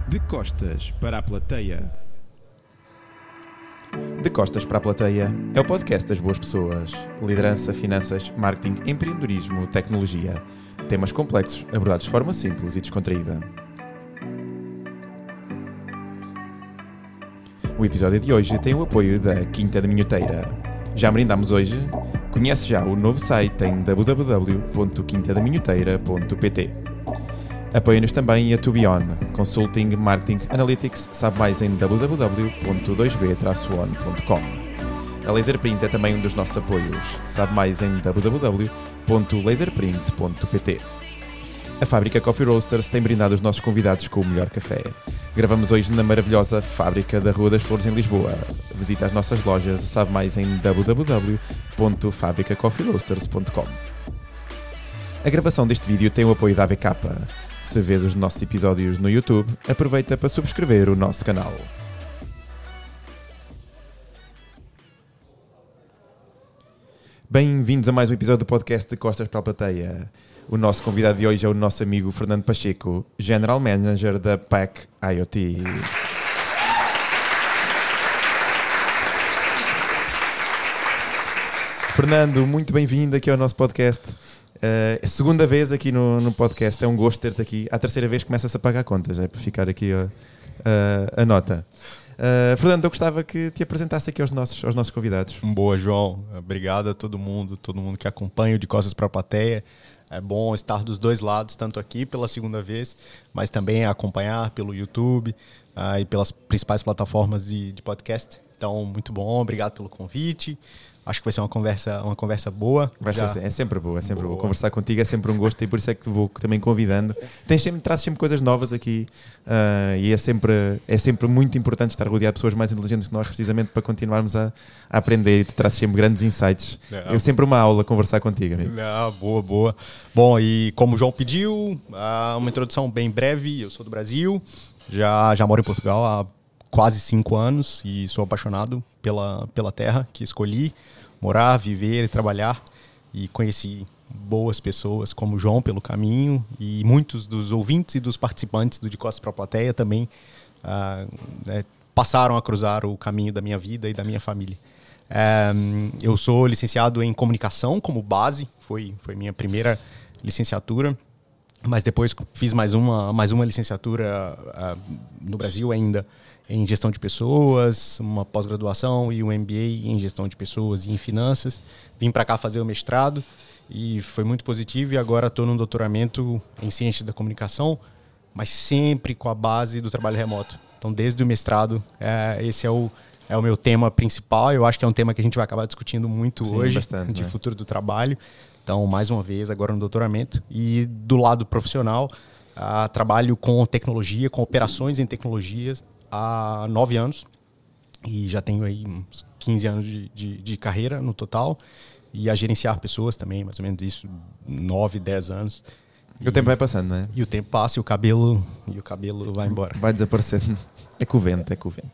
De costas para a plateia. De Costas para a Plateia é o podcast das boas pessoas. Liderança, finanças, marketing, empreendedorismo, tecnologia. Temas complexos abordados de forma simples e descontraída. O episódio de hoje tem o apoio da Quinta da Minhoteira. Já merendámos hoje? Conhece já o novo site em www.quintadaminhoteira.pt. Apoia-nos também a To Be On, Consulting, Marketing, Analytics, sabe mais em www.2b-on.com. A Laserprint é também um dos nossos apoios, sabe mais em www.laserprint.pt. A Fábrica Coffee Roasters tem brindado os nossos convidados com o melhor café. Gravamos hoje na maravilhosa Fábrica da Rua das Flores em Lisboa. Visita as nossas lojas, sabe mais em www.fabricacoffeeroasters.com. A gravação deste vídeo tem o apoio da AVK. Se vês os nossos episódios no YouTube, aproveita para subscrever o nosso canal. Bem-vindos a mais um episódio do podcast de Costas para a Plateia. O nosso convidado de hoje é o nosso amigo Fernando Pacheco, General Manager da PAC IoT. Fernando, muito bem-vindo aqui ao nosso podcast. Segunda vez aqui no podcast, é um gosto ter-te aqui. À terceira vez começa-se a pagar contas, é para ficar aqui a nota. Fernando, eu gostava que te apresentasse aqui aos nossos convidados. Boa, João. Obrigado a todo mundo que acompanha o De Costas para a Plateia. É bom estar dos dois lados, tanto aqui pela segunda vez, mas também acompanhar pelo YouTube e pelas principais plataformas de podcast. Então, muito bom. Obrigado pelo convite. Acho que vai ser uma conversa boa. É sempre boa. Conversar contigo é sempre um gosto e por isso é que te vou também convidando. Trazes sempre coisas novas aqui e é sempre muito importante estar rodeado de pessoas mais inteligentes que nós, precisamente para continuarmos a aprender, e tu trazes sempre grandes insights. É sempre uma aula conversar contigo, amigo. Boa. Bom, e como o João pediu, uma introdução bem breve. Eu sou do Brasil, já moro em Portugal há quase 5 anos e sou apaixonado pela terra que escolhi morar, viver e trabalhar, e conheci boas pessoas como o João pelo caminho, e muitos dos ouvintes e dos participantes do De Costas para a Plateia também passaram a cruzar o caminho da minha vida e da minha família. Eu sou licenciado em comunicação como base, foi minha primeira licenciatura, mas depois fiz mais uma licenciatura no Brasil ainda, em gestão de pessoas, uma pós-graduação e um MBA em gestão de pessoas e em finanças. Vim para cá fazer o mestrado e foi muito positivo, e agora estou num doutoramento em ciência da comunicação, mas sempre com a base do trabalho remoto. Então, desde o mestrado, esse é o meu tema principal. Eu acho que é um tema que a gente vai acabar discutindo muito hoje, bastante, de futuro do trabalho. Então, mais uma vez, agora no doutoramento. E do lado profissional, trabalho com tecnologia, com operações em tecnologias, há 9 anos, e já tenho aí uns 15 anos de carreira no total, e a gerenciar pessoas também, mais ou menos isso, 9, 10 anos. E o tempo vai passando, não é? E o tempo passa e o cabelo vai embora. Vai desaparecendo. É com o vento.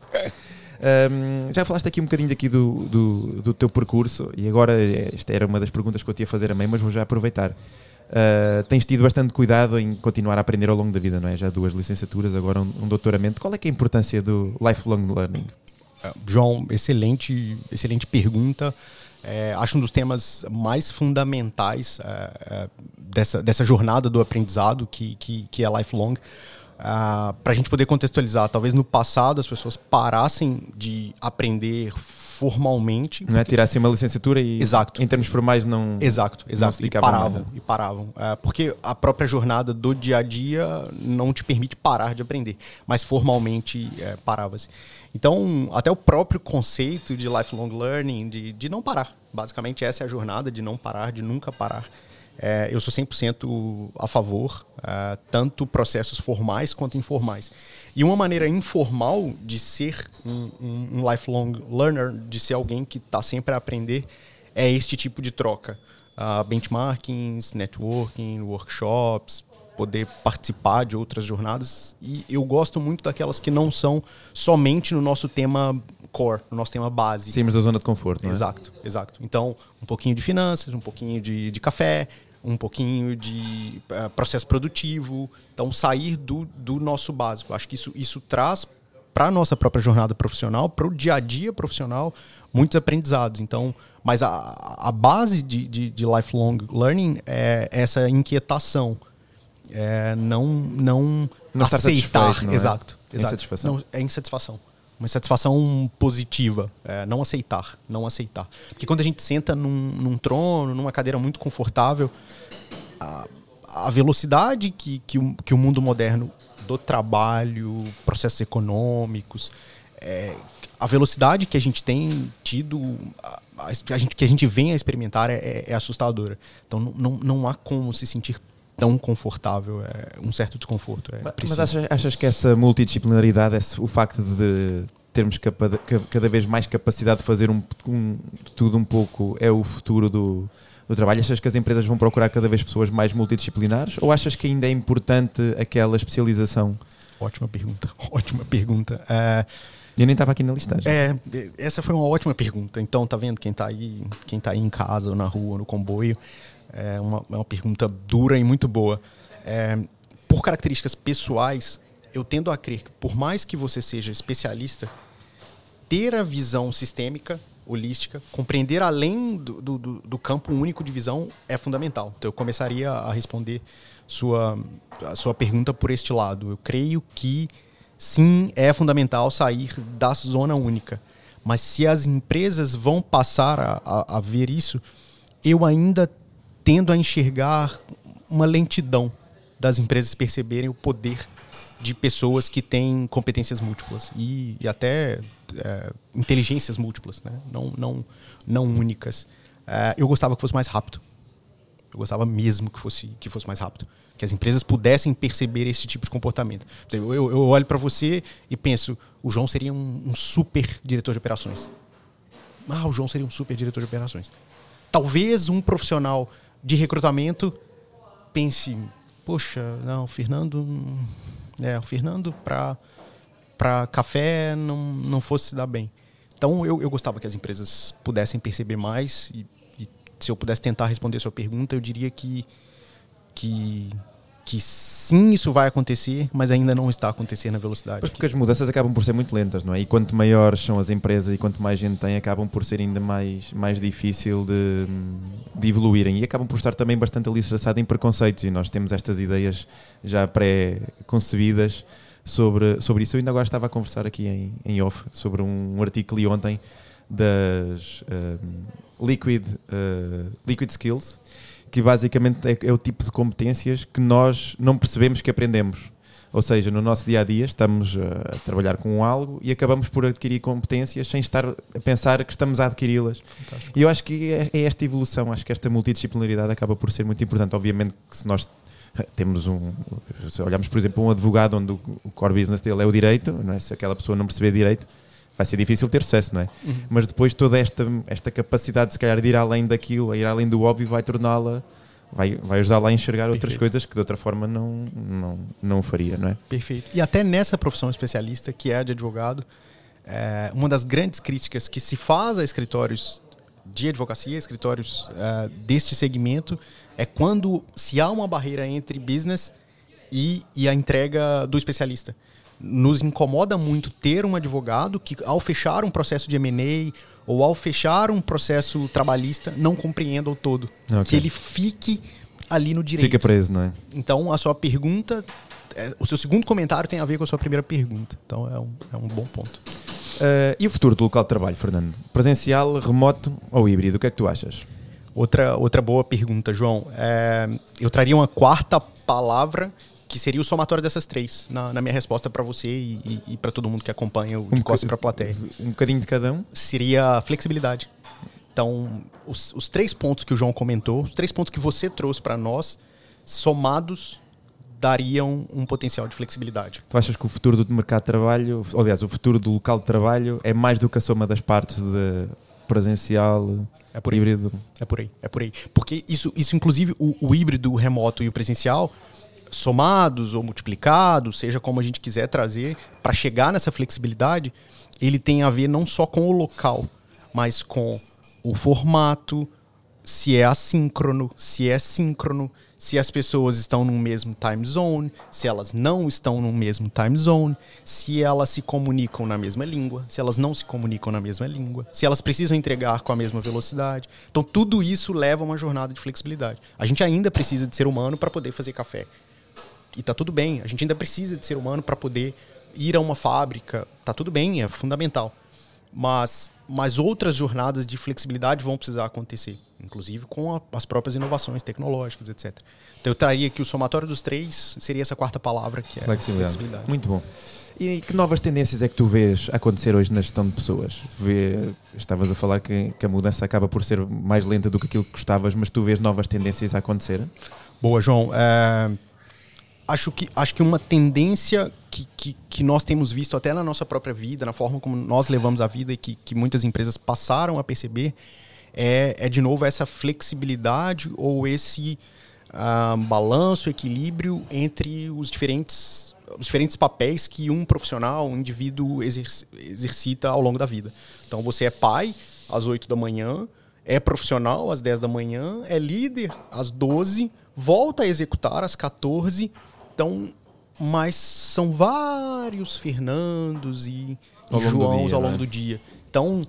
Já falaste aqui um bocadinho do teu percurso, e agora esta era uma das perguntas que eu te ia fazer a mim, mas vou já aproveitar. Tens tido bastante cuidado em continuar a aprender ao longo da vida, não é? Já 2 licenciaturas, agora um doutoramento. Qual é que é a importância do lifelong learning? João, excelente pergunta. Acho um dos temas mais fundamentais dessa jornada do aprendizado que é lifelong. Para a gente poder contextualizar, talvez no passado as pessoas parassem de aprender formalmente. Não é tirar assim uma licenciatura e, exato, em termos formais não. Exato. E paravam. Porque a própria jornada do dia a dia não te permite parar de aprender, mas formalmente parava-se. Então, até o próprio conceito de lifelong learning, de não parar. Basicamente, essa é a jornada de não parar, de nunca parar. Eu sou 100% a favor, tanto processos formais quanto informais. E uma maneira informal de ser um lifelong learner, de ser alguém que está sempre a aprender, é este tipo de troca. Benchmarkings, networking, workshops, poder participar de outras jornadas. E eu gosto muito daquelas que não são somente no nosso tema core, no nosso tema base. Saímos da zona de conforto, não é? Exato. Então, um pouquinho de finanças, um pouquinho de café, um pouquinho de processo produtivo. Então, sair do nosso básico. Acho que isso traz para a nossa própria jornada profissional, para o dia a dia profissional, muitos aprendizados. Então, mas a base de lifelong learning é essa inquietação. Não estar aceitar. não é? Exato. Insatisfação. Não, é insatisfação. Uma insatisfação positiva. Não aceitar. Porque quando a gente senta num trono, numa cadeira muito confortável, a velocidade que o mundo moderno do trabalho, processos econômicos, a velocidade que a gente tem tido, que a gente vem a experimentar é assustadora. Então não há como se sentir tão confortável, um certo desconforto. Mas achas que essa multidisciplinaridade, o facto de termos cada vez mais capacidade de fazer tudo um pouco, é o futuro do trabalho? Achas que as empresas vão procurar cada vez pessoas mais multidisciplinares, ou achas que ainda é importante aquela especialização? Ótima pergunta. Eu nem estava aqui na listagem. Essa foi uma ótima pergunta. Então, tá vendo quem tá aí em casa, ou na rua, ou no comboio? É uma pergunta dura e muito boa. Por características pessoais, eu tendo a crer que, por mais que você seja especialista, ter a visão sistêmica, holística, compreender além do campo único de visão é fundamental. Então, eu começaria a responder a sua pergunta por este lado. Eu creio que, sim, é fundamental sair da zona única. Mas se as empresas vão passar a ver isso, eu ainda tendo a enxergar uma lentidão das empresas perceberem o poder de pessoas que têm competências múltiplas e até inteligências múltiplas, né? Não únicas. Eu gostava que fosse mais rápido. Eu gostava mesmo que fosse mais rápido. Que as empresas pudessem perceber esse tipo de comportamento. Eu olho para você e penso, o João seria um super diretor de operações. O João seria um super diretor de operações. Talvez um profissional de recrutamento pense, poxa, não, o Fernando para café não fosse se dar bem. Então eu gostava que as empresas pudessem perceber mais e se eu pudesse tentar responder a sua pergunta, eu diria que sim, isso vai acontecer, mas ainda não está acontecendo na velocidade. Porque as mudanças acabam por ser muito lentas, não é? E quanto maiores são as empresas e quanto mais gente tem, acabam por ser ainda mais difícil de evoluírem. E acabam por estar também bastante alicerçadas em preconceitos. E nós temos estas ideias já pré-concebidas sobre isso. Eu ainda agora estava a conversar aqui em off sobre um artigo que li ontem das Liquid Skills, que basicamente é o tipo de competências que nós não percebemos que aprendemos. Ou seja, no nosso dia-a-dia estamos a trabalhar com algo e acabamos por adquirir competências sem estar a pensar que estamos a adquiri-las. Fantástico. E eu acho que é esta evolução, acho que esta multidisciplinaridade acaba por ser muito importante. Obviamente que se nós temos se olhamos, por exemplo, um advogado onde o core business dele é o direito, não é? Se aquela pessoa não perceber direito, vai ser difícil ter sucesso, não é? Uhum. Mas depois toda esta capacidade, se calhar, de ir além daquilo, ir além do óbvio, vai torná-la, vai ajudá-la a enxergar outras coisas que de outra forma não faria, não é? Perfeito. E até nessa profissão especialista, que é a de advogado, uma das grandes críticas que se faz a escritórios de advocacia, escritórios deste segmento, é quando se há uma barreira entre business e a entrega do especialista. Nos incomoda muito ter um advogado que, ao fechar um processo de M&A ou ao fechar um processo trabalhista, não compreenda o todo. Okay. Que ele fique ali no direito. Fica preso, não é? Então, a sua pergunta, o seu segundo comentário tem a ver com a sua primeira pergunta. Então, é um bom ponto. E o futuro do local de trabalho, Fernando? Presencial, remoto ou híbrido? O que é que tu achas? Outra boa pergunta, João. Eu traria uma quarta palavra que seria o somatório dessas três, na minha resposta para você e para todo mundo que acompanha o De Costas para a Plateia. Um bocadinho de cada um? Seria flexibilidade. Então, os 3 pontos que o João comentou, os 3 pontos que você trouxe para nós, somados, dariam um potencial de flexibilidade. Tu achas que o futuro do mercado de trabalho, aliás, o futuro do local de trabalho é mais do que a soma das partes de presencial, híbrido? É por aí. Porque isso inclusive, o híbrido, o remoto e o presencial, somados ou multiplicados, seja como a gente quiser trazer, para chegar nessa flexibilidade, ele tem a ver não só com o local, mas com o formato, se é assíncrono, se é síncrono, se as pessoas estão no mesmo time zone, se elas não estão no mesmo time zone, se elas se comunicam na mesma língua, se elas não se comunicam na mesma língua, se elas precisam entregar com a mesma velocidade. Então, tudo isso leva a uma jornada de flexibilidade. A gente ainda precisa de ser humano para poder fazer café. E tá tudo bem. A gente ainda precisa de ser humano para poder ir a uma fábrica. Tá tudo bem, é fundamental. Mas outras jornadas de flexibilidade vão precisar acontecer, inclusive com as próprias inovações tecnológicas, etc. Então eu traria que o somatório dos três seria essa quarta palavra, que é flexibilidade. Muito bom. E que novas tendências é que tu vês acontecer hoje na gestão de pessoas? Estavas a falar que a mudança acaba por ser mais lenta do que aquilo que gostavas, mas tu vês novas tendências a acontecer? Boa, João. Acho que uma tendência que nós temos visto até na nossa própria vida, na forma como nós levamos a vida e que muitas empresas passaram a perceber, é de novo essa flexibilidade ou esse balanço, equilíbrio entre os diferentes papéis que um profissional, um indivíduo exercita ao longo da vida. Então você é pai às 8 da manhã, é profissional às 10 da manhã, é líder às 12, volta a executar às 14. Então, mas são vários Fernandos e Joãos ao longo do dia. Então,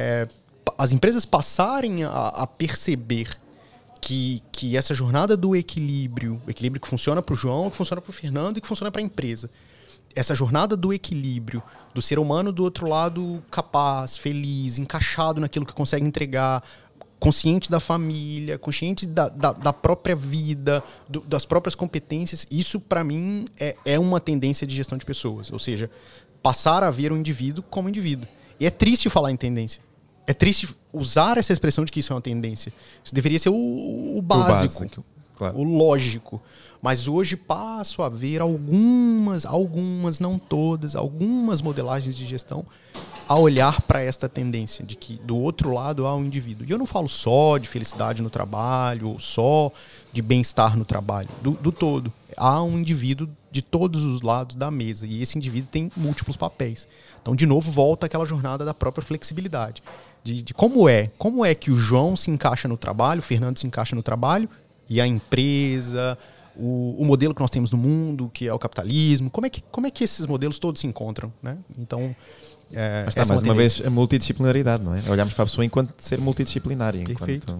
as empresas passarem a perceber que essa jornada do equilíbrio, o equilíbrio que funciona para o João, que funciona para o Fernando e que funciona para a empresa. Essa jornada do equilíbrio, do ser humano do outro lado capaz, feliz, encaixado naquilo que consegue entregar, consciente da família, consciente da própria vida, das próprias competências. Isso, para mim, é uma tendência de gestão de pessoas. Ou seja, passar a ver o indivíduo como indivíduo. E é triste falar em tendência. É triste usar essa expressão de que isso é uma tendência. Isso deveria ser o básico, claro. O lógico. Mas hoje passo a ver algumas, não todas, algumas modelagens de gestão a olhar para esta tendência de que do outro lado há um indivíduo. E eu não falo só de felicidade no trabalho, ou só de bem-estar no trabalho, do todo. Há um indivíduo de todos os lados da mesa e esse indivíduo tem múltiplos papéis. Então, de novo, volta aquela jornada da própria flexibilidade. De como é que o João se encaixa no trabalho, o Fernando se encaixa no trabalho e a empresa, o modelo que nós temos no mundo, que é o capitalismo, como é que esses modelos todos se encontram, né? Então, mas está mais uma vez a multidisciplinaridade, não é? Olhamos para a pessoa enquanto ser multidisciplinar, enquanto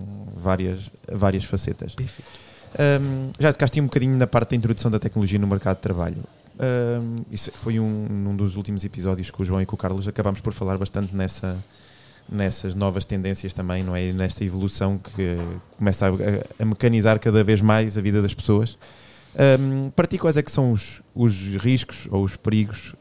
várias facetas. Perfeito. Já tocaste um bocadinho na parte da introdução da tecnologia no mercado de trabalho. Isso foi num dos últimos episódios com o João e com o Carlos, acabámos por falar bastante nessas novas tendências também, não é? Nesta evolução que começa a mecanizar cada vez mais a vida das pessoas. Para ti, quais é que são os riscos ou os perigos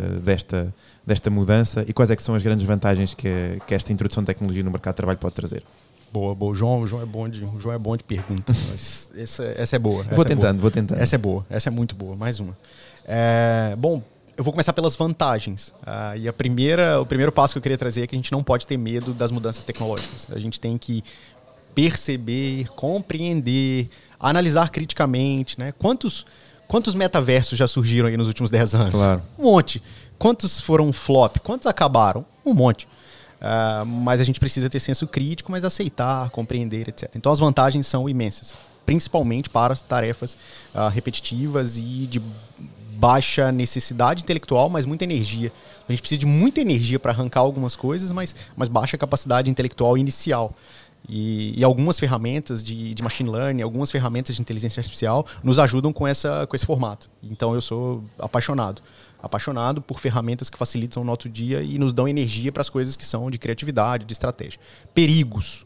desta mudança e quais é que são as grandes vantagens que esta introdução de tecnologia no mercado de trabalho pode trazer? Boa. O João é bom de pergunta. Essa é boa. Vou tentando. Essa é boa. Essa é muito boa. Mais uma. Bom, eu vou começar pelas vantagens. E o primeiro passo que eu queria trazer é que a gente não pode ter medo das mudanças tecnológicas. A gente tem que perceber, compreender, analisar criticamente, né? Quantos metaversos já surgiram aí nos últimos 10 anos? Claro. Um monte. Quantos foram flop? Quantos acabaram? Um monte. Mas a gente precisa ter senso crítico, mas aceitar, compreender, etc. Então as vantagens são imensas, principalmente para as tarefas repetitivas e de baixa necessidade intelectual, mas muita energia. A gente precisa de muita energia para arrancar algumas coisas, mas baixa capacidade intelectual inicial. E algumas ferramentas de machine learning, algumas ferramentas de inteligência artificial nos ajudam com esse formato. Então eu sou apaixonado por ferramentas que facilitam o nosso dia e nos dão energia para as coisas que são de criatividade, de estratégia. Perigos.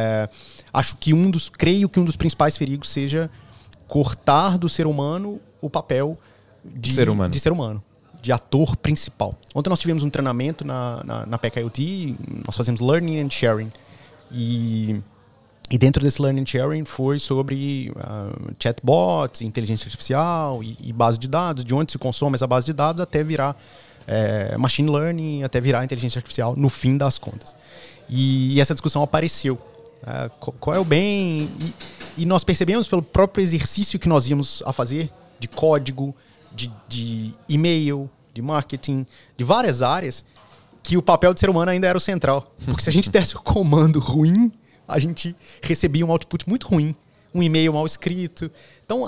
Creio que um dos principais perigos seja cortar do ser humano o papel de ser humano, de ator principal. Ontem nós tivemos um treinamento na PEC IoT, nós fazemos Learning and Sharing. E dentro desse Learning and Sharing foi sobre chatbots, inteligência artificial e base de dados, de onde se consome essa base de dados até virar machine learning, até virar inteligência artificial no fim das contas. E essa discussão apareceu. Qual é o bem? E nós percebemos pelo próprio exercício que nós íamos a fazer de código, de e-mail, de marketing, de várias áreas, que o papel do ser humano ainda era o central. Porque se a gente desse o comando ruim, a gente recebia um output muito ruim, um e-mail mal escrito. Então,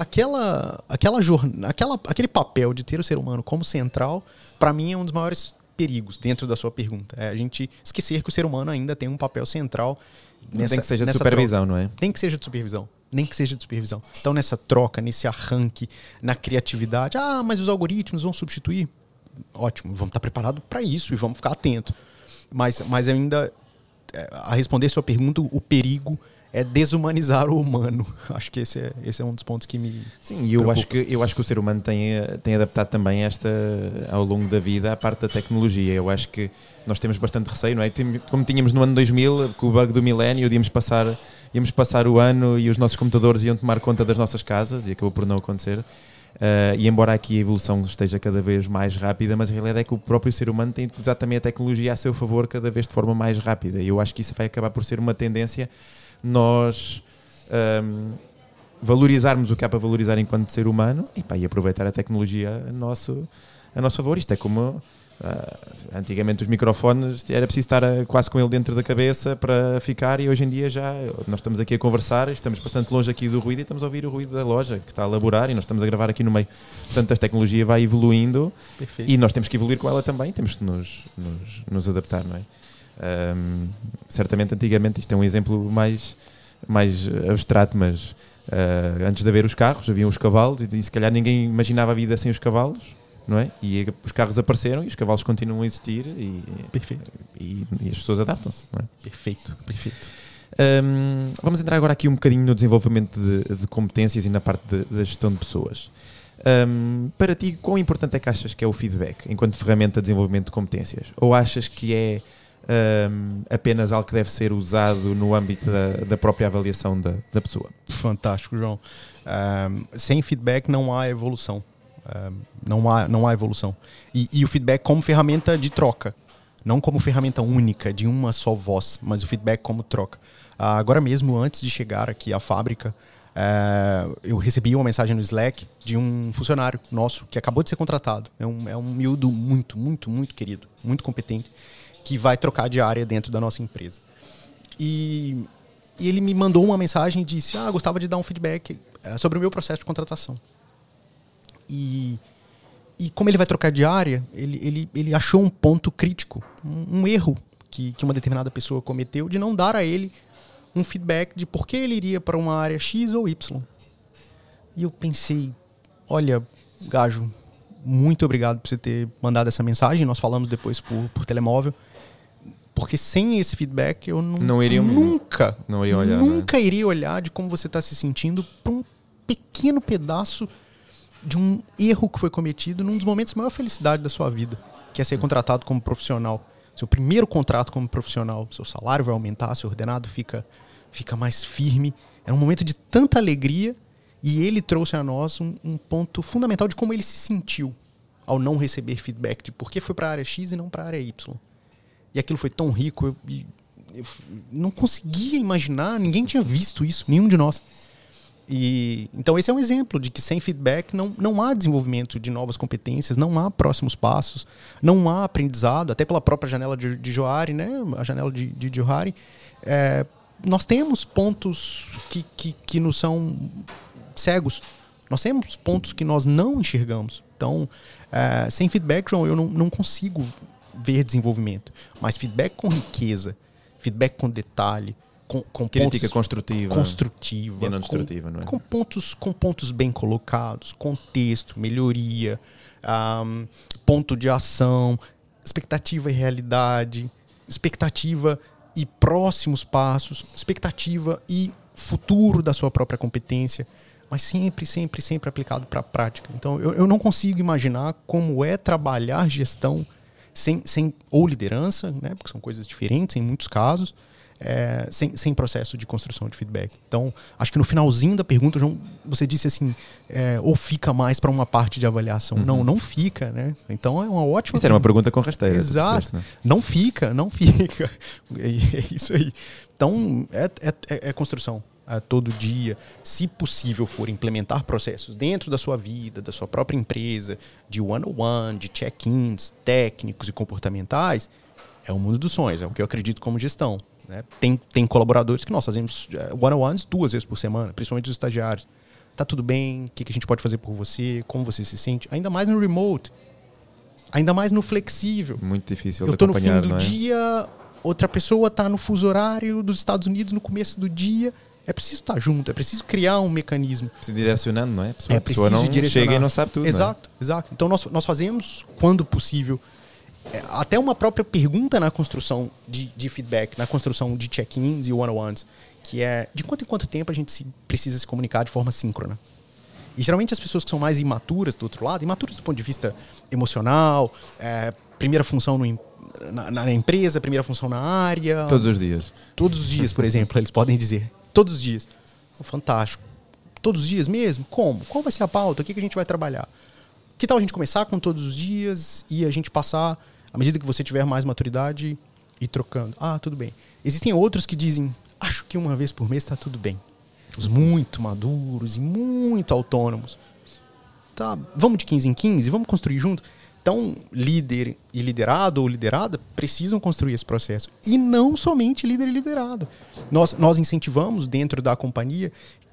aquele papel de ter o ser humano como central, para mim, é um dos maiores perigos dentro da sua pergunta. É a gente esquecer que o ser humano ainda tem um papel central nessa, tem que seja de nessa supervisão, troca. não é? Nem que seja de supervisão. Nem que seja de supervisão. Então, nessa troca, nesse arranque, na criatividade. Ah, mas os algoritmos vão substituir? Ótimo, vamos estar preparados para isso e vamos ficar atentos. Mas ainda, a responder sua pergunta, o perigo é desumanizar o humano. Acho que esse é um dos pontos que me... Sim, e eu acho que o ser humano tem adaptado também ao longo da vida, à parte da tecnologia. Eu acho que nós temos bastante receio, não é? Como tínhamos no ano 2000, com o bug do milénio, íamos passar o ano e os nossos computadores iam tomar conta das nossas casas, e acabou por não acontecer. E embora aqui a evolução esteja cada vez mais rápida, mas a realidade é que o próprio ser humano tem exatamente a tecnologia a seu favor cada vez de forma mais rápida. E eu acho que isso vai acabar por ser uma tendência, nós valorizarmos o que há para valorizar enquanto ser humano e aproveitar a tecnologia a nosso favor. Isto é como antigamente os microfones, era preciso estar quase com ele dentro da cabeça para ficar, e hoje em dia já nós estamos aqui a conversar, estamos bastante longe aqui do ruído e estamos a ouvir o ruído da loja que está a elaborar, e nós estamos a gravar aqui no meio. Portanto, a tecnologia vai evoluindo. Perfeito. E nós temos que evoluir com ela também, temos que nos adaptar, não é? Certamente antigamente, isto é um exemplo mais abstrato, mas antes de haver os carros haviam os cavalos, e se calhar ninguém imaginava a vida sem os cavalos, não é? E os carros apareceram e os cavalos continuam a existir, e as pessoas adaptam-se, não é? Perfeito. Vamos entrar agora aqui um bocadinho no desenvolvimento de competências e na parte da gestão de pessoas. Para ti, quão importante é que achas que é o feedback enquanto ferramenta de desenvolvimento de competências? Ou achas que é apenas algo que deve ser usado no âmbito da própria avaliação da pessoa? Fantástico, João. Sem feedback não há evolução. Não há evolução. E o feedback como ferramenta de troca, não como ferramenta única de uma só voz, mas o feedback como troca. Agora mesmo, antes de chegar aqui à fábrica, eu recebi uma mensagem no Slack de um funcionário nosso que acabou de ser contratado. É um miúdo muito, muito, muito querido, muito competente, que vai trocar de área dentro da nossa empresa. E ele me mandou uma mensagem e disse: gostava de dar um feedback sobre o meu processo de contratação. E como ele vai trocar de área, ele achou um ponto crítico, um erro que uma determinada pessoa cometeu de não dar a ele um feedback de por que ele iria para uma área X ou Y. E eu pensei, olha, Gajo, muito obrigado por você ter mandado essa mensagem. Nós falamos depois por telemóvel. Porque sem esse feedback eu nunca iria olhar de como você está se sentindo para um pequeno pedaço de um erro que foi cometido num dos momentos de maior felicidade da sua vida, que é ser contratado como profissional. Seu primeiro contrato como profissional, seu salário vai aumentar, seu ordenado fica mais firme. Era um momento de tanta alegria, e ele trouxe a nós um ponto fundamental de como ele se sentiu ao não receber feedback de por que foi para a área X e não para a área Y. E aquilo foi tão rico, eu não conseguia imaginar, ninguém tinha visto isso, nenhum de nós. Então esse é um exemplo de que sem feedback não há desenvolvimento de novas competências, não há próximos passos, não há aprendizado, até pela própria janela de Johari, né? A janela de Johari. Nós temos pontos que nos são cegos, nós temos pontos que nós não enxergamos. Então, sem feedback, João, eu não consigo ver desenvolvimento. Mas feedback com riqueza, feedback com detalhe, com crítica construtiva e não destrutiva, não é? Com pontos bem colocados, contexto, melhoria, ponto de ação, expectativa e realidade, expectativa e próximos passos, expectativa e futuro da sua própria competência, mas sempre aplicado para a prática. Então, eu não consigo imaginar como é trabalhar gestão ou liderança, né? Porque são coisas diferentes em muitos casos, sem processo de construção de feedback. Então, acho que no finalzinho da pergunta, João, você disse assim, ou fica mais para uma parte de avaliação. Uhum. Não fica, né? Então, é uma ótima... Isso era uma pergunta com rasteira. Exato. Né? Não fica. É isso aí. Então, é construção. Todo dia, se possível for implementar processos dentro da sua vida, da sua própria empresa, de one-on-one, de check-ins técnicos e comportamentais, é o mundo dos sonhos, é o que eu acredito como gestão. né? Tem colaboradores que nós fazemos one-on-ones 2 vezes por semana, principalmente os estagiários. Tá tudo bem? O que a gente pode fazer por você? Como você se sente? Ainda mais no remote. Ainda mais no flexível. Muito difícil de Eu tô no acompanhar, fim do não é? dia, outra pessoa tá no fuso horário dos Estados Unidos no começo do dia. É preciso estar junto, é preciso criar um mecanismo. Precisa de direcionando, não é? É A pessoa não preciso chega e não sabe tudo. Exato, exato. Então nós fazemos, quando possível, até uma própria pergunta na construção de feedback, na construção de check-ins e one-on-ones, que é de quanto em quanto tempo a gente precisa se comunicar de forma síncrona. E geralmente as pessoas que são mais imaturas do outro lado, imaturas do ponto de vista emocional, primeira função na empresa, primeira função na área. Todos os dias. Todos os dias, por exemplo, eles podem dizer. Todos os dias. Fantástico. Todos os dias mesmo? Como? Qual vai ser a pauta? O que a gente vai trabalhar? Que tal a gente começar com todos os dias e a gente passar, à medida que você tiver mais maturidade, ir trocando? Ah, tudo bem. Existem outros que dizem, acho que uma vez por mês está tudo bem. Os muito maduros e muito autônomos. Tá, vamos de 15 em 15, vamos construir junto. Então, líder e liderado ou liderada precisam construir esse processo. E não somente líder e liderado. Nós incentivamos dentro da companhia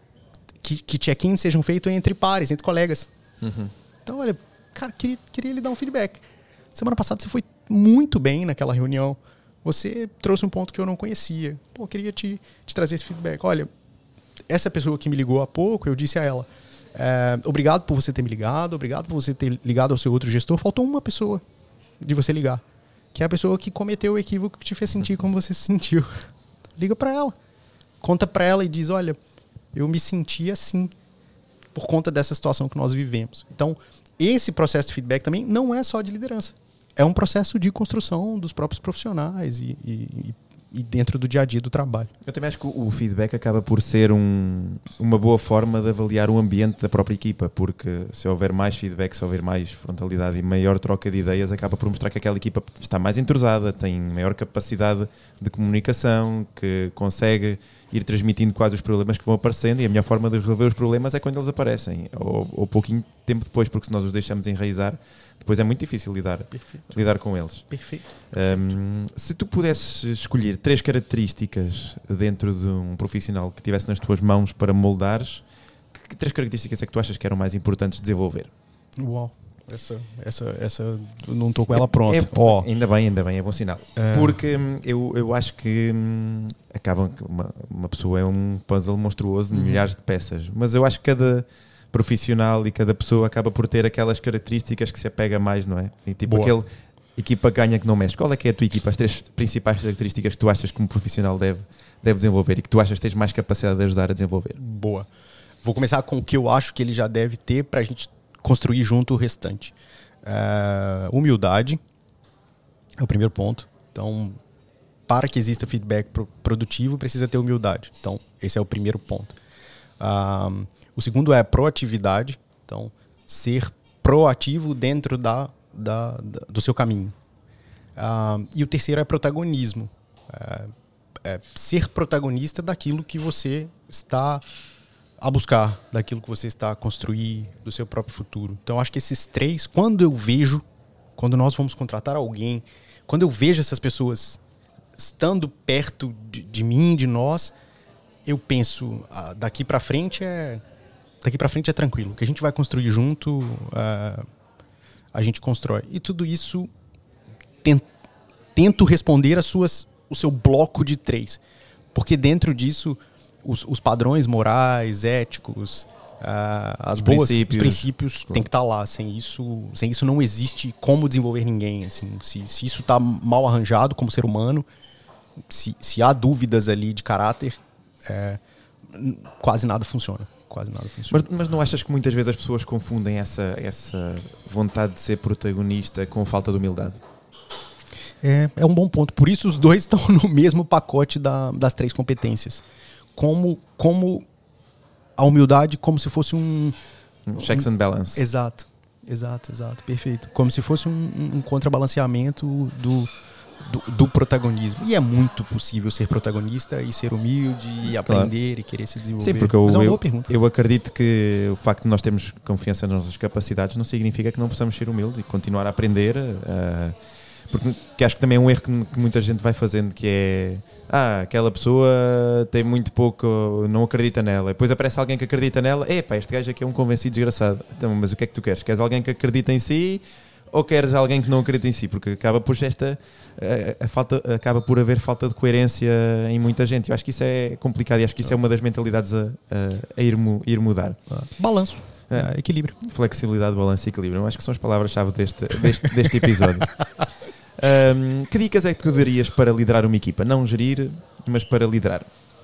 que check-ins sejam feitos entre pares, entre colegas. Uhum. Então, olha, cara, queria lhe dar um feedback. Semana passada você foi muito bem naquela reunião. Você trouxe um ponto que eu não conhecia. Pô, queria te trazer esse feedback. Olha, essa pessoa que me ligou há pouco, eu disse a ela, obrigado por você ter me ligado, obrigado por você ter ligado ao seu outro gestor. Faltou uma pessoa de você ligar, que é a pessoa que cometeu o equívoco que te fez sentir como você se sentiu. Liga pra ela, conta pra ela e diz, olha, eu me senti assim por conta dessa situação que nós vivemos. Então, esse processo de feedback também não é só de liderança. É um processo de construção dos próprios profissionais e dentro do dia a dia do trabalho. Eu também acho que o feedback acaba por ser uma boa forma de avaliar o ambiente da própria equipa, porque se houver mais feedback, se houver mais frontalidade e maior troca de ideias, acaba por mostrar que aquela equipa está mais entrosada, tem maior capacidade de comunicação, que consegue ir transmitindo quase os problemas que vão aparecendo, e a melhor forma de resolver os problemas é quando eles aparecem, ou pouquinho tempo depois, porque se nós os deixamos enraizar, depois é muito difícil lidar com eles. Perfeito. Se tu pudesses escolher 3 características dentro de um profissional que tivesse nas tuas mãos para moldares, que 3 características é que tu achas que eram mais importantes de desenvolver? Uau. Essa não estou com ela pronta. Ainda bem, é bom sinal. Porque eu acho que acaba uma pessoa é um puzzle monstruoso de milhares de peças, mas eu acho que cada profissional e cada pessoa acaba por ter aquelas características que se apega mais, não é? E tipo aquele equipa ganha que não mexe. Qual é que é a tua equipa? As 3 principais características que tu achas que um profissional deve desenvolver e que tu achas que tens mais capacidade de ajudar a desenvolver? Boa. Vou começar com o que eu acho que ele já deve ter para a gente construir junto o restante. Humildade é o primeiro ponto. Então, para que exista feedback produtivo, precisa ter humildade. Então, esse é o primeiro ponto. O segundo é proatividade. Então, ser proativo dentro do seu caminho. E o terceiro é protagonismo. Ser protagonista daquilo que você está a buscar, daquilo que você está a construir, do seu próprio futuro. Então, acho que esses 3, quando nós vamos contratar alguém, quando eu vejo essas pessoas estando perto de mim, de nós, eu penso, daqui para frente é tranquilo. O que a gente vai construir junto, a gente constrói. E tudo isso, tento responder o seu bloco de 3. Porque dentro disso, os padrões morais, éticos, os princípios têm que estar lá. Sem isso não existe como desenvolver ninguém. Assim. Se isso está mal arranjado como ser humano, se há dúvidas ali de caráter, quase nada funciona. Mas não achas que muitas vezes as pessoas confundem essa vontade de ser protagonista com falta de humildade? É um bom ponto. Por isso os 2 estão no mesmo pacote das 3 competências. Como a humildade, como se fosse um checks and balance. Exato. Perfeito. Como se fosse um contrabalanceamento do protagonismo. E é muito possível ser protagonista e ser humilde e aprender e querer se desenvolver. Sim, porque Mas é uma boa pergunta. Eu acredito que o facto de nós termos confiança nas nossas capacidades não significa que não possamos ser humildes e continuar a aprender. Porque que acho que também é um erro que muita gente vai fazendo, que é aquela pessoa tem muito pouco, não acredita nela. Depois aparece alguém que acredita nela, este gajo aqui é um convencido desgraçado. Então, mas o que é que tu queres? Queres alguém que acredita em si ou queres alguém que não acredita em si? Porque acaba por acaba por haver falta de coerência em muita gente. Eu acho que isso é complicado e acho que isso é uma das mentalidades a ir mudar. Balanço. Equilíbrio. Flexibilidade, balanço e equilíbrio. Eu acho que são as palavras-chave deste episódio. Que dicas é que tu darias para liderar uma equipa? Não gerir, mas para liderar.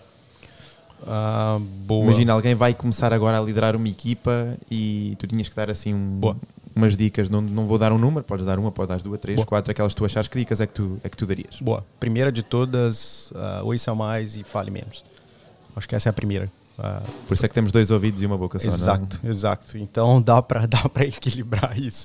Boa. Imagina, alguém vai começar agora a liderar uma equipa e tu tinhas que dar assim umas dicas. Não vou dar um número, podes dar uma, podes dar 2, 3, 4, aquelas que tu achares. Que dicas é que tu darias? Boa. Primeira de todas, ouça mais e fale menos. Acho que essa é a primeira. Por isso é que temos 2 ouvidos e uma boca só, exato, não é? Exato. Então dá para equilibrar isso.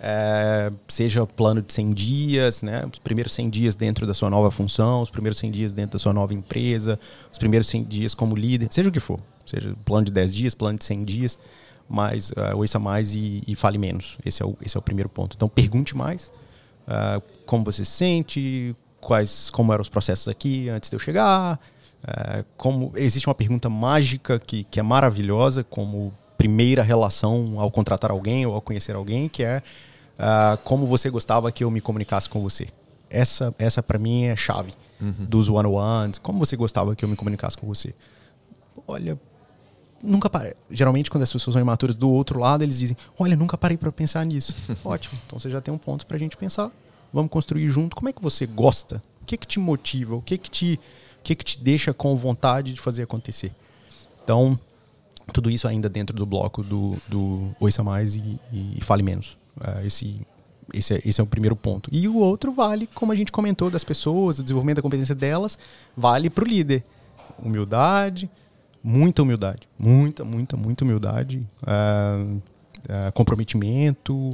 Seja plano de 100 dias, né? Os primeiros 100 dias dentro da sua nova função, os primeiros 100 dias dentro da sua nova empresa, os primeiros 100 dias como líder, seja o que for. Seja plano de 10 dias, plano de 100 dias, mas ouça mais e fale menos. Esse é o primeiro ponto. Então pergunte mais como você se sente, como eram os processos aqui antes de eu chegar. Existe uma pergunta mágica que é maravilhosa como primeira relação ao contratar alguém ou ao conhecer alguém, que é como você gostava que eu me comunicasse com você. Essa para mim é a chave dos one-on-ones. Como você gostava que eu me comunicasse com você? Olha, nunca parei. Geralmente quando as pessoas são imaturas do outro lado, eles dizem, olha, nunca parei para pensar nisso. Ótimo, então você já tem um ponto pra gente pensar. Vamos construir junto. Como é que você gosta? O que te motiva? O que te deixa com vontade de fazer acontecer? Então, tudo isso ainda dentro do bloco do ouça mais e fale menos. Esse é o primeiro ponto. E o outro vale, como a gente comentou, das pessoas, o desenvolvimento da competência delas, vale para o líder. Humildade, muita humildade. Muita humildade. Comprometimento,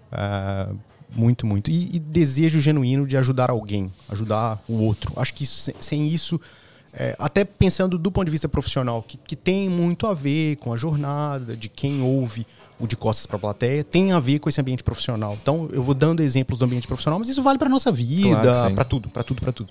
muito. E desejo genuíno de ajudar alguém, ajudar o outro. Acho que sem isso, até pensando do ponto de vista profissional, que tem muito a ver com a jornada de quem ouve o De Costas para a Plateia, tem a ver com esse ambiente profissional. Então, eu vou dando exemplos do ambiente profissional, mas isso vale para a nossa vida, claro, para tudo.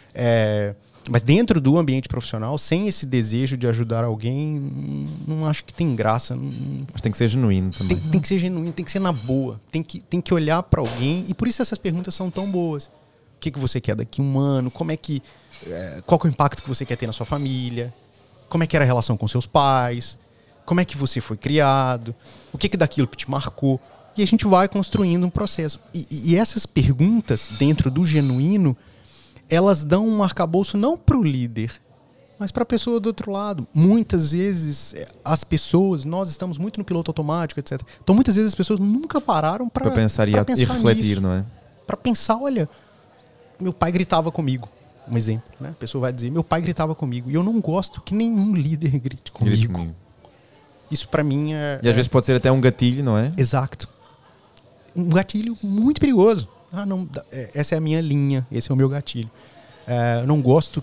Mas dentro do ambiente profissional, sem esse desejo de ajudar alguém, não acho que tem graça. Mas tem que ser genuíno também. Tem que ser genuíno, tem que ser na boa. Tem que olhar para alguém. E por isso essas perguntas são tão boas. O que você quer daqui a um ano? Qual é o impacto que você quer ter na sua família? Como é que era a relação com seus pais? Como é que você foi criado? O que daquilo que te marcou? E a gente vai construindo um processo. E essas perguntas, dentro do genuíno, elas dão um arcabouço não para o líder, mas para a pessoa do outro lado. Muitas vezes, nós estamos muito no piloto automático, etc. Então, muitas vezes as pessoas nunca pararam para pensar e refletir, nisso, não é? Para pensar, olha, meu pai gritava comigo. Um exemplo, né? A pessoa vai dizer, meu pai gritava comigo. E eu não gosto que nenhum líder grite comigo. Isso para mim é... E às vezes pode ser até um gatilho, não é? Exato. Um gatilho muito perigoso. Essa é a minha linha, esse é o meu gatilho. Eu não gosto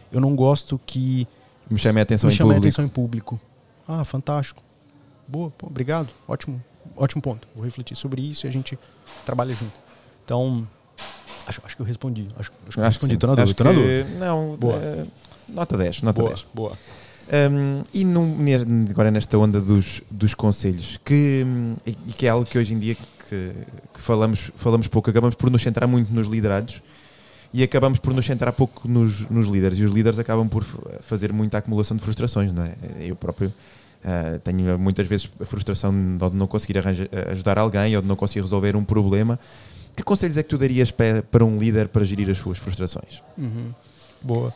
que me chame a atenção em público. Fantástico. Boa, obrigado. Ótimo ponto. Vou refletir sobre isso e a gente trabalha junto. Então, acho que eu respondi. Acho que eu respondi. Tô na dúvida. Não, boa. Nota 10. Boa. E agora nesta onda dos conselhos, que é algo que hoje em dia que falamos pouco, acabamos por nos centrar muito nos liderados e acabamos por nos centrar pouco nos líderes, e os líderes acabam por fazer muita acumulação de frustrações, não é? Eu próprio tenho muitas vezes a frustração de não conseguir ajudar alguém ou de não conseguir resolver um problema. Que conselhos é que tu darias para um líder para gerir as suas frustrações? Boa.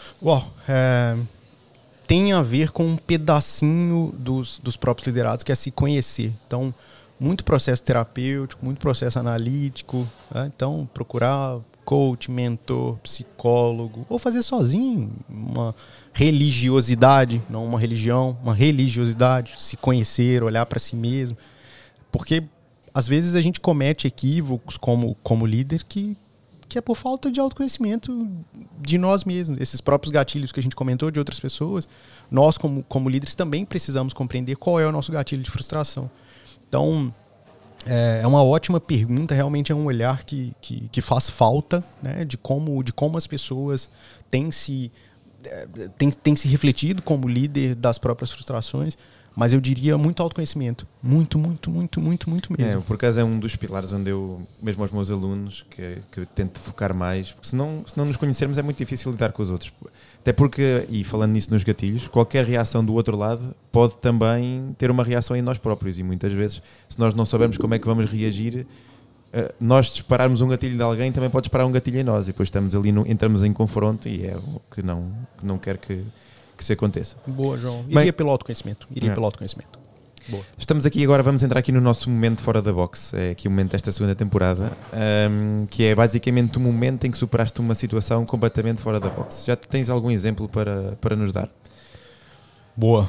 Tem a ver com um pedacinho dos próprios liderados, que é se conhecer. Então, muito processo terapêutico, muito processo analítico. Né? Então, procurar coach, mentor, psicólogo, ou fazer sozinho uma religiosidade, não uma religião, uma religiosidade, se conhecer, olhar para si mesmo. Porque, às vezes, a gente comete equívocos como líder que é por falta de autoconhecimento de nós mesmos. Esses próprios gatilhos que a gente comentou de outras pessoas, nós, como líderes, também precisamos compreender qual é o nosso gatilho de frustração. Então, É uma ótima pergunta, realmente é um olhar que faz falta, né, de como as pessoas têm se refletido como líder das próprias frustrações, mas eu diria muito autoconhecimento. Muito mesmo. Por acaso é um dos pilares onde eu, mesmo aos meus alunos, que tento focar mais, porque se não nos conhecermos é muito difícil lidar com os outros. Até porque, e falando nisso nos gatilhos, qualquer reação do outro lado pode também ter uma reação em nós próprios, e muitas vezes, se nós não soubermos como é que vamos reagir, nós dispararmos um gatilho de alguém também pode disparar um gatilho em nós, e depois estamos ali, entramos em confronto, e é o que não quero que se aconteça. Boa, João. Iria pelo autoconhecimento. Boa. Estamos aqui agora, vamos entrar aqui no nosso momento fora da box. É aqui o momento desta segunda temporada, que é basicamente o momento em que superaste uma situação completamente fora da box. Já tens algum exemplo para nos dar? Boa.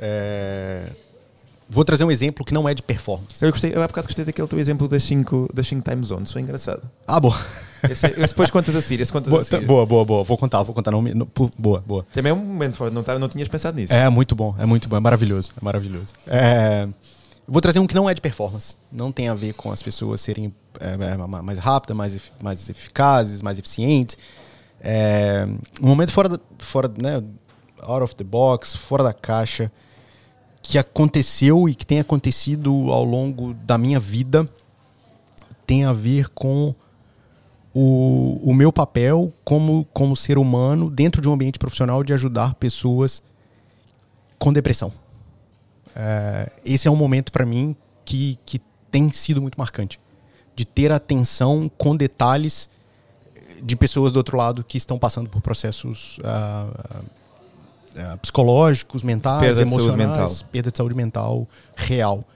Vou trazer um exemplo que não é de performance. Eu há bocado gostei daquele teu exemplo das 5 time zones, foi engraçado. Boa. Esse depois contas a Síria. Boa. Vou contar. Boa. Também é um momento fora, não tinhas pensado nisso. É muito bom, é maravilhoso. Vou trazer um que não é de performance. Não tem a ver com as pessoas serem mais rápidas, mais eficazes, mais eficientes. Um momento fora, né, out of the box, fora da caixa, que aconteceu e que tem acontecido ao longo da minha vida, tem a ver com o meu papel como ser humano dentro de um ambiente profissional de ajudar pessoas com depressão. Esse é um momento para mim que tem sido muito marcante, de ter atenção com detalhes de pessoas do outro lado que estão passando por processos psicológicos, mentais, emocionais, perda de saúde mental real.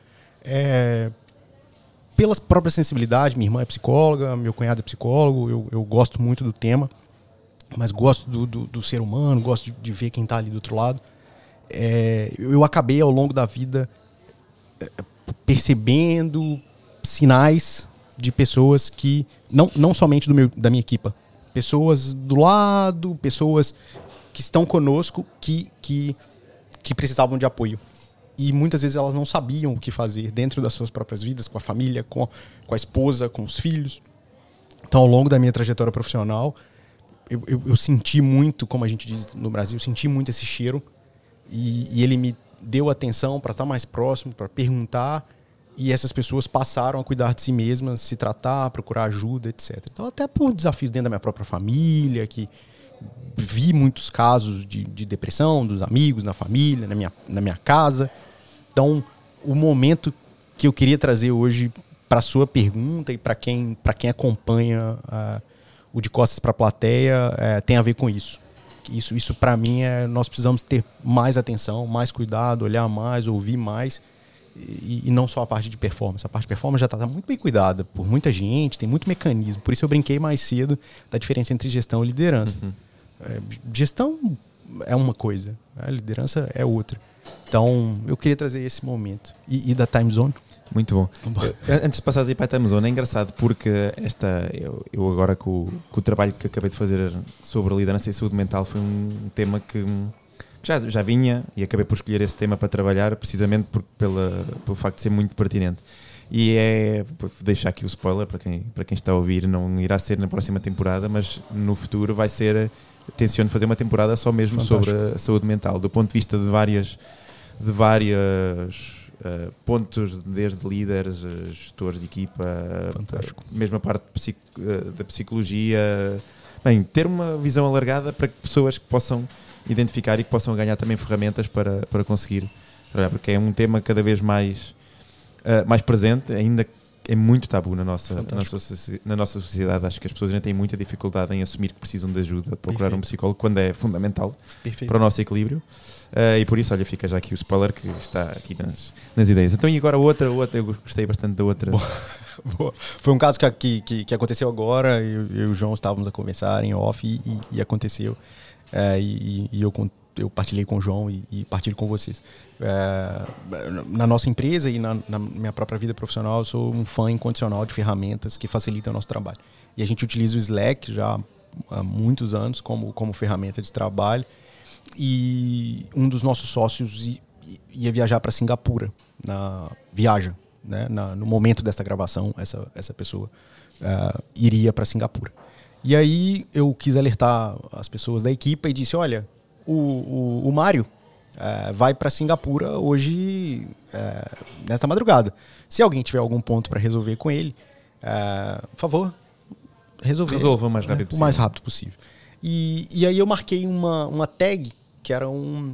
Pela própria sensibilidade, minha irmã é psicóloga, meu cunhado é psicólogo, eu gosto muito do tema, mas gosto do ser humano, gosto de ver quem está ali do outro lado. Eu acabei ao longo da vida percebendo sinais de pessoas que, não somente da minha equipa, pessoas do lado, pessoas que estão conosco que precisavam de apoio. E muitas vezes elas não sabiam o que fazer dentro das suas próprias vidas, com a família, com a esposa, com os filhos. Então, ao longo da minha trajetória profissional, eu senti muito, como a gente diz no Brasil, senti muito esse cheiro. E ele me deu atenção para estar mais próximo, para perguntar. E essas pessoas passaram a cuidar de si mesmas, se tratar, procurar ajuda, etc. Então, até por desafios dentro da minha própria família, que vi muitos casos de depressão dos amigos, na família, na minha casa. Então, o momento que eu queria trazer hoje para a sua pergunta e para quem acompanha o De Costas para a Plateia tem a ver com isso. Isso para mim, nós precisamos ter mais atenção, mais cuidado, olhar mais, ouvir mais, e não só a parte de performance. A parte de performance já está muito bem cuidada por muita gente, tem muito mecanismo. Por isso eu brinquei mais cedo da diferença entre gestão e liderança. Uhum. Gestão é uma coisa, a liderança é outra. Então, eu queria trazer esse momento. E da time zone? Muito bom. Antes de passares aí para a time zone, é engraçado porque eu agora com o trabalho que acabei de fazer sobre liderança e saúde mental foi um tema que já vinha, e acabei por escolher esse tema para trabalhar precisamente pelo facto de ser muito pertinente. E vou deixar aqui o spoiler para quem está a ouvir, não irá ser na próxima temporada, mas no futuro vai ser, tenciono fazer uma temporada só mesmo sobre a saúde mental, do ponto de vista de várias pontos, desde líderes, gestores de equipa, mesmo a parte da psicologia. Bem, ter uma visão alargada para que pessoas que possam identificar e que possam ganhar também ferramentas para conseguir trabalhar, porque é um tema cada vez mais presente, ainda é muito tabu na nossa sociedade. Acho que as pessoas ainda têm muita dificuldade em assumir que precisam de ajuda, de procurar um psicólogo, quando é fundamental para o nosso equilíbrio. E por isso, olha, fica já aqui o spoiler que está aqui nas ideias. Então, e agora outra, eu gostei bastante da outra. Boa. Foi um caso que aconteceu agora, eu e o João estávamos a conversar em off e aconteceu. Eu partilhei com o João e partilho com vocês. Na nossa empresa e na minha própria vida profissional, eu sou um fã incondicional de ferramentas que facilitam o nosso trabalho. E a gente utiliza o Slack já há muitos anos como ferramenta de trabalho. E um dos nossos sócios ia viajar para Singapura. né, no momento desta gravação, essa pessoa iria para Singapura. E aí eu quis alertar as pessoas da equipe e disse, olha, o Mário vai para Singapura hoje, nesta madrugada. Se alguém tiver algum ponto para resolver com ele, por favor, resolva o mais rápido possível. O mais rápido possível. E aí eu marquei uma tag que era um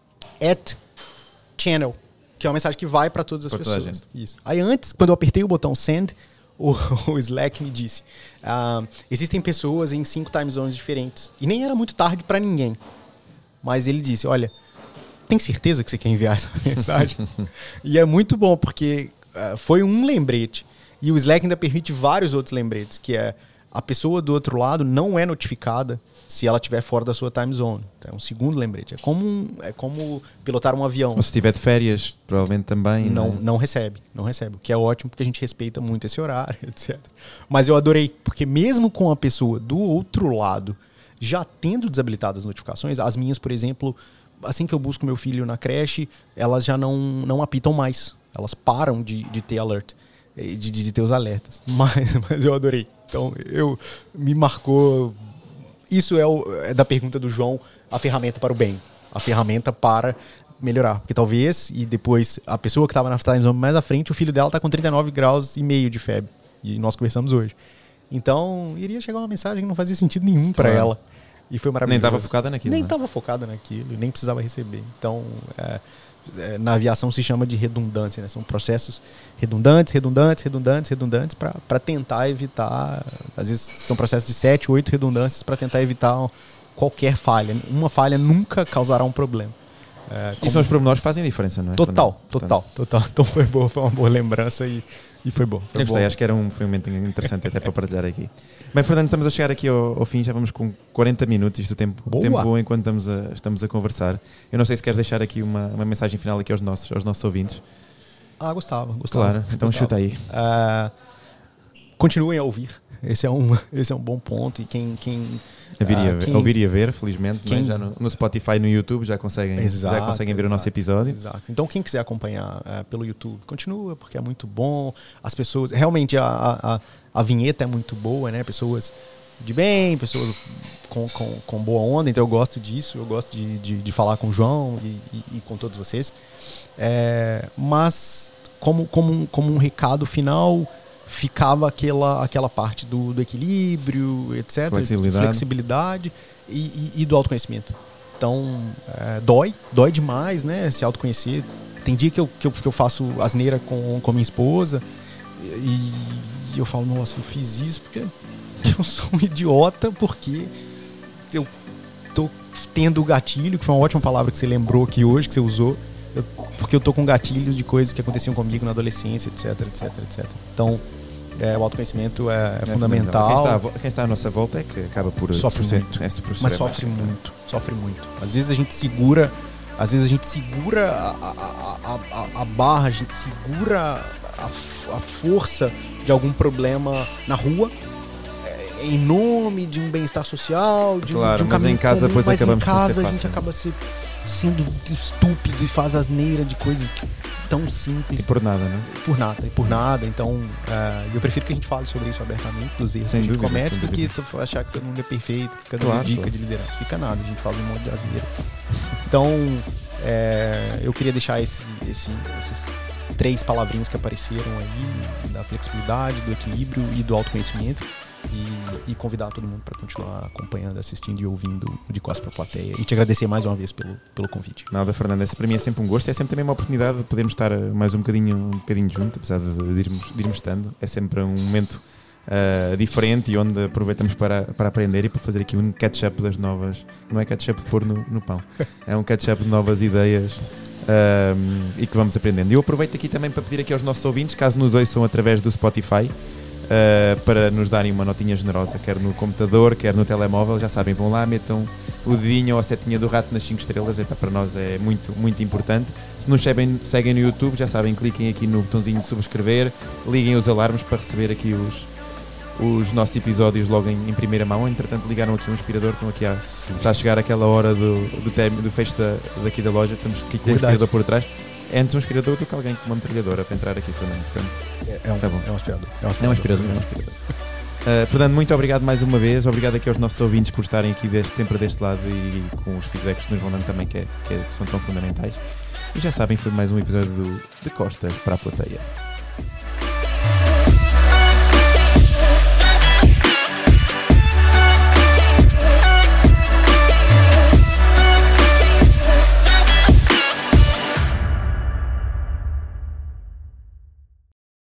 @channel, que é uma mensagem que vai para todas as pessoas. Isso. Aí antes, quando eu apertei o botão send, o Slack me disse, existem pessoas em 5 time zones diferentes. E nem era muito tarde para ninguém. Mas ele disse, olha, tem certeza que você quer enviar essa mensagem? E é muito bom, porque foi um lembrete. E o Slack ainda permite vários outros lembretes, que é a pessoa do outro lado não é notificada se ela estiver fora da sua time zone. Então, é um segundo lembrete. É como pilotar um avião. Ou se estiver de férias, provavelmente também. Não recebe. O que é ótimo, porque a gente respeita muito esse horário, etc. Mas eu adorei, porque mesmo com a pessoa do outro lado já tendo desabilitado as notificações, as minhas, por exemplo, assim que eu busco meu filho na creche, elas já não apitam mais. Elas param de ter alert, de ter os alertas. Mas eu adorei. Então, me marcou. Isso é da pergunta do João, a ferramenta para o bem. A ferramenta para melhorar. Porque talvez, e depois, a pessoa que estava na time zone mais à frente, o filho dela está com 39,5 graus de febre. E nós conversamos hoje. Então, iria chegar uma mensagem que não fazia sentido nenhum para ela. E foi maravilhoso. Nem estava focada naquilo. Nem estava focada naquilo, nem precisava receber. Então, na aviação se chama de redundância, né? São processos redundantes para tentar evitar. Às vezes são processos de 7, 8 redundâncias para tentar evitar qualquer falha. Uma falha nunca causará um problema. E são os pormenores que fazem diferença, não é? Total. Então foi uma boa lembrança e foi bom. Eu gostei, acho que foi um momento interessante até para partilhar aqui. Bem, Fernando, estamos a chegar aqui ao fim, já vamos com 40 minutos, isto o tempo voa enquanto estamos a conversar. Eu não sei se queres deixar aqui uma mensagem final aqui aos nossos ouvintes. Gostava. Claro, então chuta aí. Continuem a ouvir, esse é um bom ponto, e quem ouvir e ver, felizmente, né? Já no Spotify e no YouTube já conseguem ver o nosso episódio. Exato. Então quem quiser acompanhar pelo YouTube, continua, porque é muito bom. As pessoas, realmente a vinheta é muito boa, né? Pessoas de bem, pessoas com boa onda, então eu gosto disso, eu gosto de falar com o João e com todos vocês. Mas como um recado final, ficava aquela parte do equilíbrio, etc. Flexibilidade e do autoconhecimento. Então, dói demais, né? Se autoconhecer. Tem dia que eu faço asneira com minha esposa e eu falo, nossa, eu fiz isso porque eu sou um idiota, porque eu tô tendo gatilho, que foi uma ótima palavra que você lembrou aqui hoje, que você usou, porque eu tô com gatilhos de coisas que aconteciam comigo na adolescência, etc. Então, o autoconhecimento é fundamental. Quem está à nossa volta é que acaba por sofre muito. Mas sofre muito. Às vezes a gente segura a barra, a gente segura a força de algum problema na rua, em nome de um bem-estar social, de um caminho em casa, comum, mas em casa a gente acaba sendo estúpido e faz asneira de coisas tão simples. E por nada, né? Por nada. Então, eu prefiro que a gente fale sobre isso abertamente, dos erros que a gente comete, do que achar que todo mundo é perfeito, que fica dando dica de liderança. Fica nada, a gente fala um monte de asneira. Então, eu queria deixar esses 3 palavrinhas que apareceram aí, da flexibilidade, do equilíbrio e do autoconhecimento, e convidar todo mundo para continuar acompanhando, assistindo e ouvindo o De Costas para a Plateia, e te agradecer mais uma vez pelo convite. Nada, Fernando, para mim é sempre um gosto, é sempre também uma oportunidade de podermos estar mais um bocadinho junto, apesar de irmos estando. É sempre um momento diferente e onde aproveitamos para aprender e para fazer aqui um catch-up das novas. Não é catch-up de pôr no pão, é um catch-up de novas ideias e que vamos aprendendo. E eu aproveito aqui também para pedir aqui aos nossos ouvintes, caso nos ouçam através do Spotify, para nos darem uma notinha generosa, quer no computador, quer no telemóvel. Já sabem, vão lá, metam o dedinho ou a setinha do rato nas 5 estrelas. Para nós é muito, muito importante. Se nos seguem no YouTube, já sabem, cliquem aqui no botãozinho de subscrever, liguem os alarmes para receber aqui os nossos episódios logo em primeira mão. Entretanto, ligaram aqui um aspirador, estão aqui está a chegar aquela hora do fecho daqui da loja, estamos aqui com o aspirador por trás. é antes um aspirador do que alguém com uma metralhadora para entrar aqui, Fernando. Portanto, tá bom. É um aspirador. É um aspirador. Fernando, muito obrigado mais uma vez. Obrigado aqui aos nossos ouvintes por estarem aqui sempre deste lado e com os feedbacks que nos vão dando também, que são tão fundamentais. E já sabem, foi mais um episódio de Costas para a Plateia.